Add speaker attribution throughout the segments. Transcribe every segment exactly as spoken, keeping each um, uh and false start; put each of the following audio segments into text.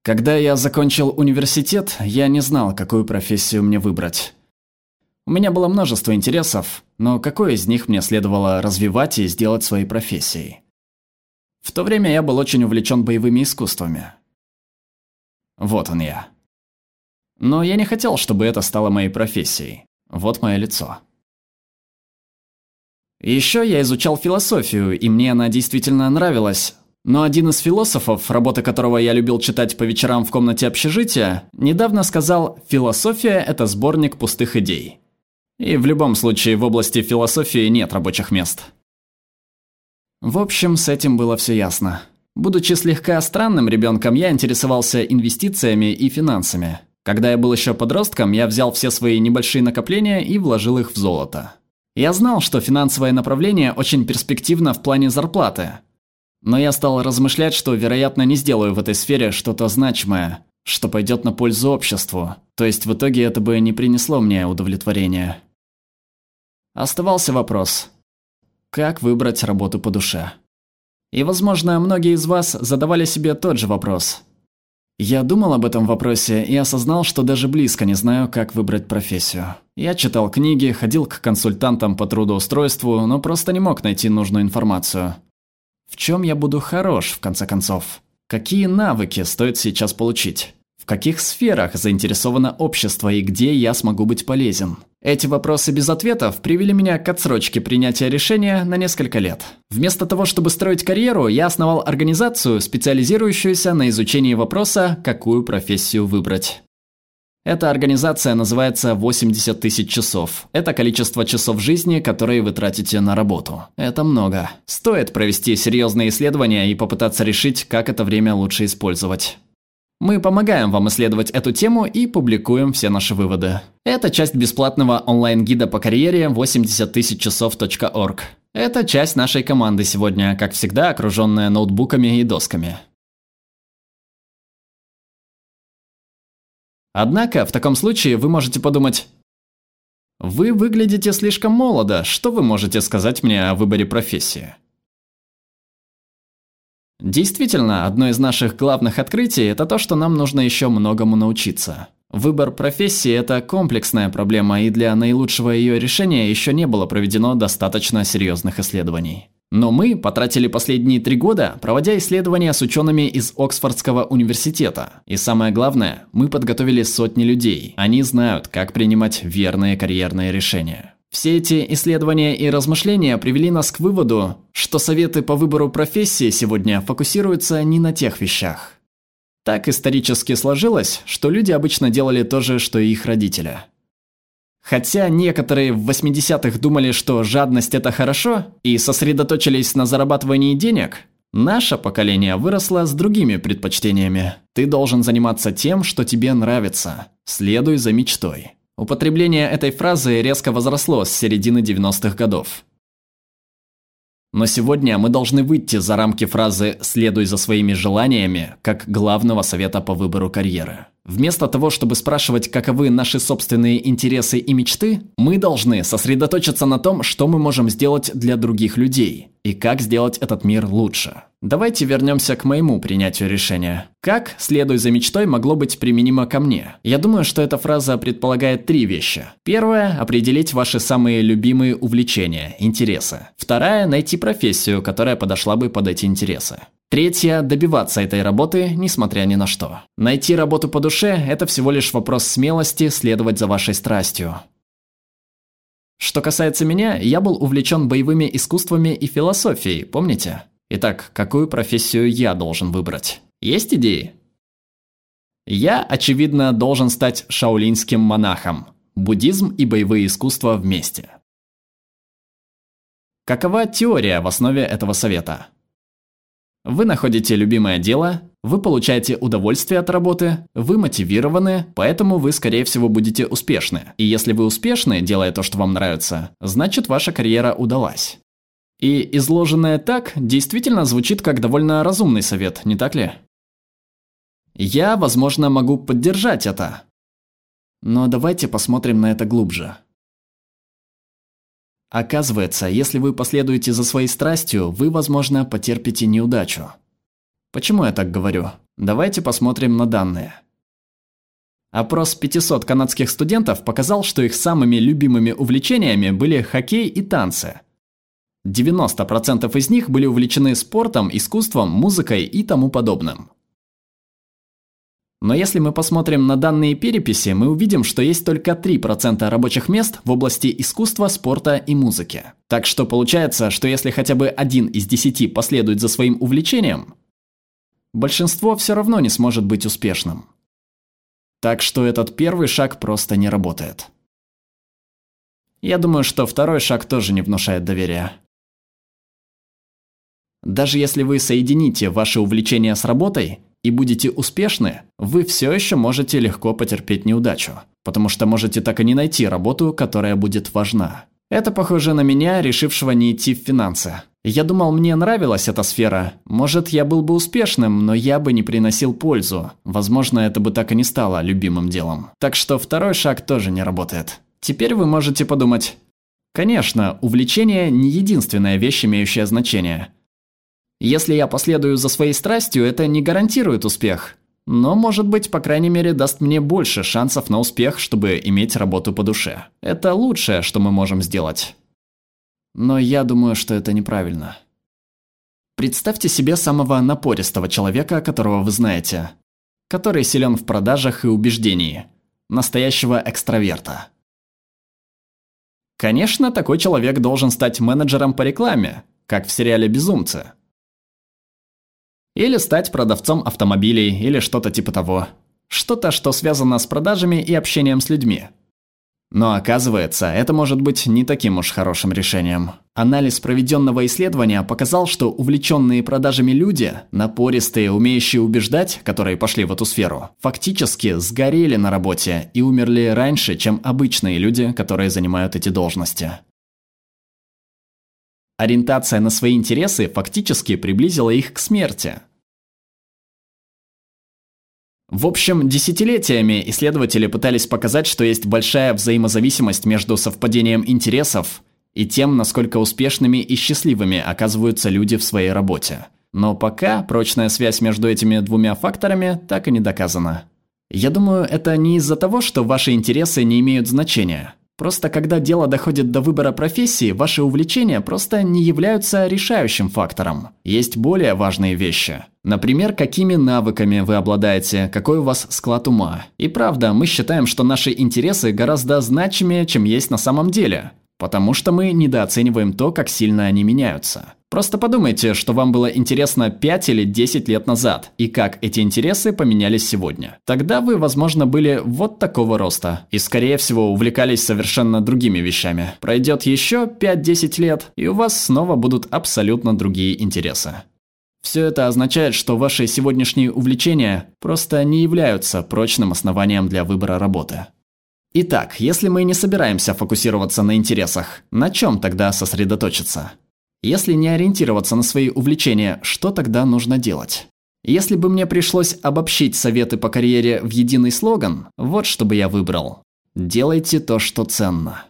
Speaker 1: Когда я закончил университет, я не знал, какую профессию мне выбрать. У меня было множество интересов, но какой из них мне следовало развивать и сделать своей профессией? В то время я был очень увлечен боевыми искусствами. Вот он я. Но я не хотел, чтобы это стало моей профессией. Вот мое лицо. Еще я изучал философию, и мне она действительно нравилась. Но один из философов, работы которого я любил читать по вечерам в комнате общежития, недавно сказал: «Философия – это сборник пустых идей». И в любом случае в области философии нет рабочих мест. В общем, с этим было все ясно. Будучи слегка странным ребенком, я интересовался инвестициями и финансами. Когда я был еще подростком, я взял все свои небольшие накопления и вложил их в золото. Я знал, что финансовое направление очень перспективно в плане зарплаты. Но я стал размышлять, что, вероятно, не сделаю в этой сфере что-то значимое, что пойдет на пользу обществу. То есть в итоге это бы не принесло мне удовлетворения. Оставался вопрос: как выбрать работу по душе? И, возможно, многие из вас задавали себе тот же вопрос. Я думал об этом вопросе и осознал, что даже близко не знаю, как выбрать профессию. Я читал книги, ходил к консультантам по трудоустройству, но просто не мог найти нужную информацию. В чем я буду хорош, в конце концов? Какие навыки стоит сейчас получить? В каких сферах заинтересовано общество и где я смогу быть полезен? Эти вопросы без ответов привели меня к отсрочке принятия решения на несколько лет. Вместо того, чтобы строить карьеру, я основал организацию, специализирующуюся на изучении вопроса, какую профессию выбрать. Эта организация называется восемьдесят тысяч часов. Это количество часов жизни, которые вы тратите на работу. Это много. Стоит провести серьезные исследования и попытаться решить, как это время лучше использовать. Мы помогаем вам исследовать эту тему и публикуем все наши выводы. Это часть бесплатного онлайн-гида по карьере восемьдесят тысяч часов точка орг. Это часть нашей команды сегодня, как всегда, окруженная ноутбуками и досками. Однако, в таком случае вы можете подумать: вы выглядите слишком молодо, что вы можете сказать мне о выборе профессии? Действительно, одно из наших главных открытий – это то, что нам нужно еще многому научиться. Выбор профессии – это комплексная проблема, и для наилучшего ее решения еще не было проведено достаточно серьезных исследований. Но мы потратили последние три года, проводя исследования с учеными из Оксфордского университета. И самое главное, мы подготовили сотни людей. Они знают, как принимать верные карьерные решения. Все эти исследования и размышления привели нас к выводу, что советы по выбору профессии сегодня фокусируются не на тех вещах. Так исторически сложилось, что люди обычно делали то же, что и их родители. Хотя некоторые в восьмидесятых думали, что жадность – это хорошо, и сосредоточились на зарабатывании денег, наше поколение выросло с другими предпочтениями. Ты должен заниматься тем, что тебе нравится. Следуй за мечтой. Употребление этой фразы резко возросло с середины девяностых годов. Но сегодня мы должны выйти за рамки фразы «следуй за своими желаниями» как главного совета по выбору карьеры. Вместо того, чтобы спрашивать, каковы наши собственные интересы и мечты, мы должны сосредоточиться на том, что мы можем сделать для других людей и как сделать этот мир лучше. Давайте вернемся к моему принятию решения. Как «следуй за мечтой» могло быть применимо ко мне? Я думаю, что эта фраза предполагает три вещи. Первое – определить ваши самые любимые увлечения, интересы. Вторая – найти профессию, которая подошла бы под эти интересы. Третье – добиваться этой работы, несмотря ни на что. Найти работу по душе – это всего лишь вопрос смелости следовать за вашей страстью. Что касается меня, я был увлечен боевыми искусствами и философией, помните? Итак, какую профессию я должен выбрать? Есть идеи? Я, очевидно, должен стать шаолиньским монахом. Буддизм и боевые искусства вместе. Какова теория в основе этого совета? Вы находите любимое дело, вы получаете удовольствие от работы, вы мотивированы, поэтому вы, скорее всего, будете успешны. И если вы успешны, делая то, что вам нравится, значит, ваша карьера удалась. И изложенное так действительно звучит как довольно разумный совет, не так ли? Я, возможно, могу поддержать это. Но давайте посмотрим на это глубже. Оказывается, если вы последуете за своей страстью, вы, возможно, потерпите неудачу. Почему я так говорю? Давайте посмотрим на данные. Опрос пятисот канадских студентов показал, что их самыми любимыми увлечениями были хоккей и танцы. девяносто процентов из них были увлечены спортом, искусством, музыкой и тому подобным. Но если мы посмотрим на данные переписи, мы увидим, что есть только три процента рабочих мест в области искусства, спорта и музыки. Так что получается, что если хотя бы один из десяти последует за своим увлечением, большинство все равно не сможет быть успешным. Так что этот первый шаг просто не работает. Я думаю, что второй шаг тоже не внушает доверия. Даже если вы соедините ваши увлечения с работой и будете успешны, вы все еще можете легко потерпеть неудачу, потому что можете так и не найти работу, которая будет важна. Это похоже на меня, решившего не идти в финансы. Я думал, мне нравилась эта сфера. Может, я был бы успешным, но я бы не приносил пользу. Возможно, это бы так и не стало любимым делом. Так что второй шаг тоже не работает. Теперь вы можете подумать: конечно, увлечение не единственная вещь, имеющая значение. Если я последую за своей страстью, это не гарантирует успех. Но, может быть, по крайней мере, даст мне больше шансов на успех, чтобы иметь работу по душе. Это лучшее, что мы можем сделать. Но я думаю, что это неправильно. Представьте себе самого напористого человека, которого вы знаете, который силен в продажах и убеждении, настоящего экстраверта. Конечно, такой человек должен стать менеджером по рекламе, как в сериале «Безумцы». Или стать продавцом автомобилей, или что-то типа того. Что-то, что связано с продажами и общением с людьми. Но оказывается, это может быть не таким уж хорошим решением. Анализ проведенного исследования показал, что увлеченные продажами люди, напористые, умеющие убеждать, которые пошли в эту сферу, фактически сгорели на работе и умерли раньше, чем обычные люди, которые занимают эти должности. Ориентация на свои интересы фактически приблизила их к смерти. В общем, десятилетиями исследователи пытались показать, что есть большая взаимозависимость между совпадением интересов и тем, насколько успешными и счастливыми оказываются люди в своей работе. Но пока прочная связь между этими двумя факторами так и не доказана. Я думаю, это не из-за того, что ваши интересы не имеют значения. Просто когда дело доходит до выбора профессии, ваши увлечения просто не являются решающим фактором. Есть более важные вещи. Например, какими навыками вы обладаете, какой у вас склад ума. И правда, мы считаем, что наши интересы гораздо значимее, чем есть на самом деле. Потому что мы недооцениваем то, как сильно они меняются. Просто подумайте, что вам было интересно пять или десять лет назад, и как эти интересы поменялись сегодня. Тогда вы, возможно, были вот такого роста, и, скорее всего, увлекались совершенно другими вещами. Пройдет еще пять-десять лет, и у вас снова будут абсолютно другие интересы. Все это означает, что ваши сегодняшние увлечения просто не являются прочным основанием для выбора работы. Итак, если мы не собираемся фокусироваться на интересах, на чем тогда сосредоточиться? Если не ориентироваться на свои увлечения, что тогда нужно делать? Если бы мне пришлось обобщить советы по карьере в единый слоган, вот что бы я выбрал. Делайте то, что ценно.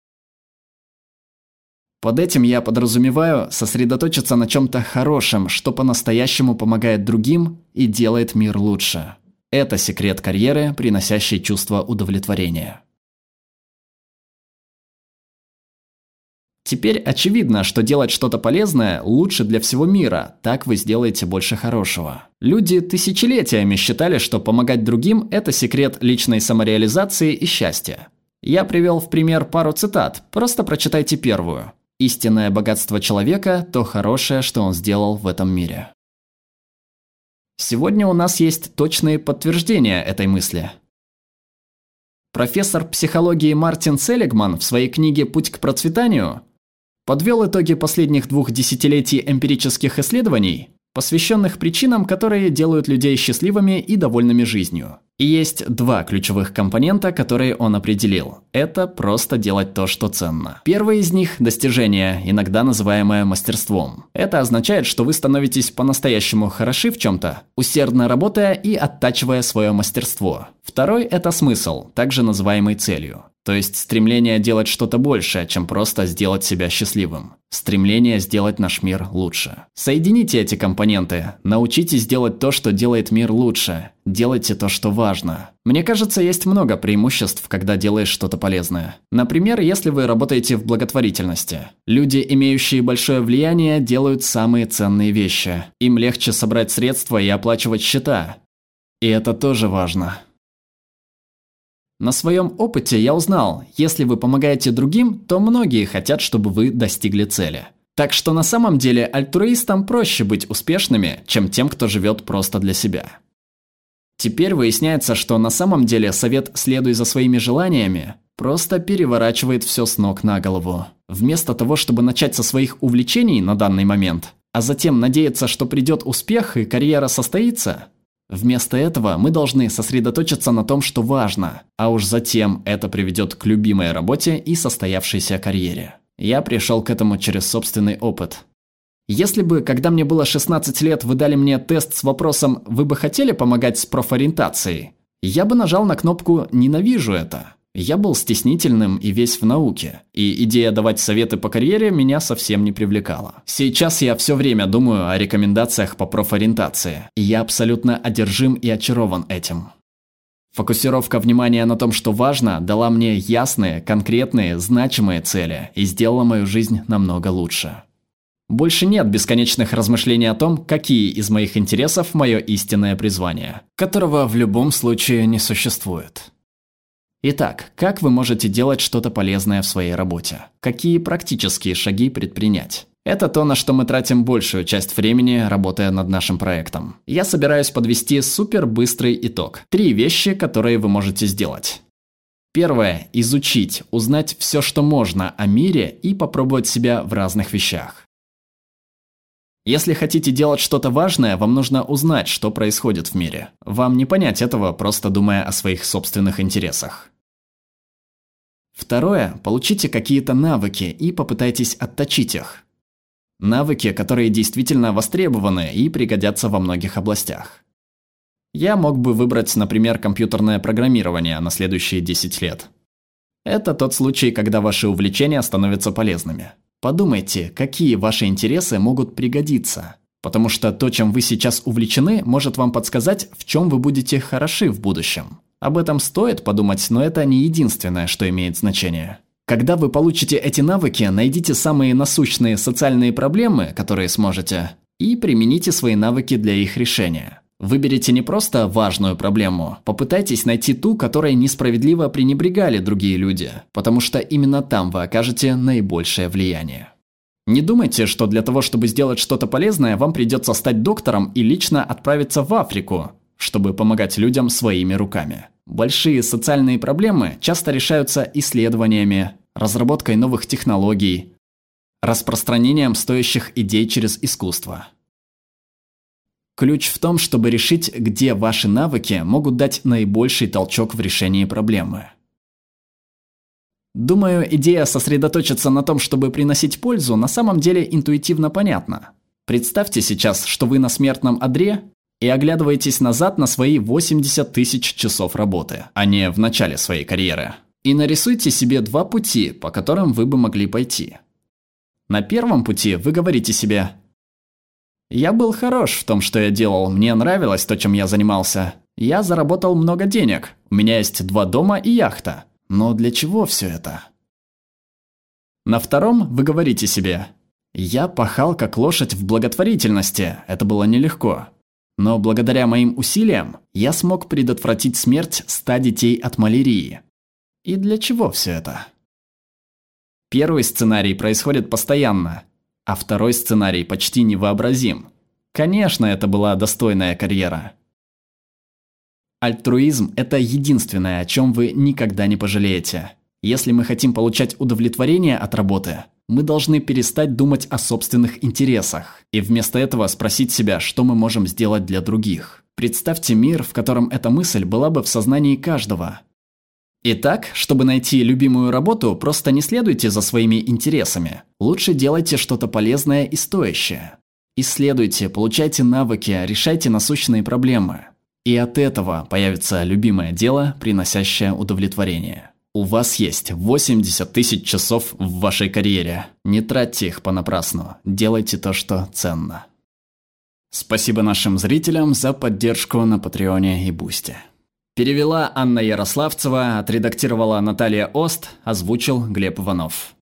Speaker 1: Под этим я подразумеваю сосредоточиться на чем-то хорошем, что по-настоящему помогает другим и делает мир лучше. Это секрет карьеры, приносящий чувство удовлетворения. Теперь очевидно, что делать что-то полезное лучше для всего мира, так вы сделаете больше хорошего. Люди тысячелетиями считали, что помогать другим – это секрет личной самореализации и счастья. Я привел в пример пару цитат, просто прочитайте первую. «Истинное богатство человека – то хорошее, что он сделал в этом мире». Сегодня у нас есть точные подтверждения этой мысли. Профессор психологии Мартин Селигман в своей книге «Путь к процветанию» подвел итоги последних двух десятилетий эмпирических исследований, посвященных причинам, которые делают людей счастливыми и довольными жизнью. И есть два ключевых компонента, которые он определил. Это просто делать то, что ценно. Первый из них – достижение, иногда называемое мастерством. Это означает, что вы становитесь по-настоящему хороши в чем-то, усердно работая и оттачивая свое мастерство. Второй – это смысл, также называемый целью. То есть стремление делать что-то большее, чем просто сделать себя счастливым. Стремление сделать наш мир лучше. Соедините эти компоненты. Научитесь делать то, что делает мир лучше. Делайте то, что важно. Мне кажется, есть много преимуществ, когда делаешь что-то полезное. Например, если вы работаете в благотворительности. Люди, имеющие большое влияние, делают самые ценные вещи. Им легче собрать средства и оплачивать счета. И это тоже важно. На своем опыте я узнал, если вы помогаете другим, то многие хотят, чтобы вы достигли цели. Так что на самом деле альтруистам проще быть успешными, чем тем, кто живет просто для себя. Теперь выясняется, что на самом деле совет «следуй за своими желаниями» просто переворачивает все с ног на голову. Вместо того, чтобы начать со своих увлечений на данный момент, а затем надеяться, что придет успех и карьера состоится, вместо этого мы должны сосредоточиться на том, что важно, а уж затем это приведет к любимой работе и состоявшейся карьере. Я пришел к этому через собственный опыт. Если бы, когда мне было шестнадцать лет, вы дали мне тест с вопросом «Вы бы хотели помогать с профориентацией?», я бы нажал на кнопку «Ненавижу это». Я был стеснительным и весь в науке, и идея давать советы по карьере меня совсем не привлекала. Сейчас я все время думаю о рекомендациях по профориентации, и я абсолютно одержим и очарован этим. Фокусировка внимания на том, что важно, дала мне ясные, конкретные, значимые цели и сделала мою жизнь намного лучше. Больше нет бесконечных размышлений о том, какие из моих интересов мое истинное призвание, которого в любом случае не существует. Итак, как вы можете делать что-то полезное в своей работе? Какие практические шаги предпринять? Это то, на что мы тратим большую часть времени, работая над нашим проектом. Я собираюсь подвести супербыстрый итог. Три вещи, которые вы можете сделать. Первое – изучить, узнать все, что можно о мире и попробовать себя в разных вещах. Если хотите делать что-то важное, вам нужно узнать, что происходит в мире. Вам не понять этого, просто думая о своих собственных интересах. Второе – получите какие-то навыки и попытайтесь отточить их. Навыки, которые действительно востребованы и пригодятся во многих областях. Я мог бы выбрать, например, компьютерное программирование на следующие десять лет. Это тот случай, когда ваши увлечения становятся полезными. Подумайте, какие ваши интересы могут пригодиться. Потому что то, чем вы сейчас увлечены, может вам подсказать, в чем вы будете хороши в будущем. Об этом стоит подумать, но это не единственное, что имеет значение. Когда вы получите эти навыки, найдите самые насущные социальные проблемы, которые сможете, и примените свои навыки для их решения. Выберите не просто важную проблему, попытайтесь найти ту, которой несправедливо пренебрегали другие люди, потому что именно там вы окажете наибольшее влияние. Не думайте, что для того, чтобы сделать что-то полезное, вам придется стать доктором и лично отправиться в Африку, чтобы помогать людям своими руками. Большие социальные проблемы часто решаются исследованиями, разработкой новых технологий, распространением стоящих идей через искусство. Ключ в том, чтобы решить, где ваши навыки могут дать наибольший толчок в решении проблемы. Думаю, идея сосредоточиться на том, чтобы приносить пользу, на самом деле интуитивно понятна. Представьте сейчас, что вы на смертном одре и оглядываетесь назад на свои восемьдесят тысяч часов работы, а не в начале своей карьеры. И нарисуйте себе два пути, по которым вы бы могли пойти. На первом пути вы говорите себе: «Я был хорош в том, что я делал, мне нравилось то, чем я занимался. Я заработал много денег, у меня есть два дома и яхта. Но для чего все это?» На втором вы говорите себе: «Я пахал как лошадь в благотворительности, это было нелегко. Но благодаря моим усилиям я смог предотвратить смерть ста детей от малярии. И для чего все это?» Первый сценарий происходит постоянно, а второй сценарий почти невообразим. Конечно, это была достойная карьера. Альтруизм – это единственное, о чем вы никогда не пожалеете. Если мы хотим получать удовлетворение от работы, мы должны перестать думать о собственных интересах и вместо этого спросить себя, что мы можем сделать для других. Представьте мир, в котором эта мысль была бы в сознании каждого. Итак, чтобы найти любимую работу, просто не следуйте за своими интересами. Лучше делайте что-то полезное и стоящее. Исследуйте, получайте навыки, решайте насущные проблемы. И от этого появится любимое дело, приносящее удовлетворение. У вас есть восемьдесят тысяч часов в вашей карьере. Не тратьте их понапрасну. Делайте то, что ценно. Спасибо нашим зрителям за поддержку на Патреоне и Бусти. Перевела Анна Ярославцева, отредактировала Наталья Ост, озвучил Глеб Иванов.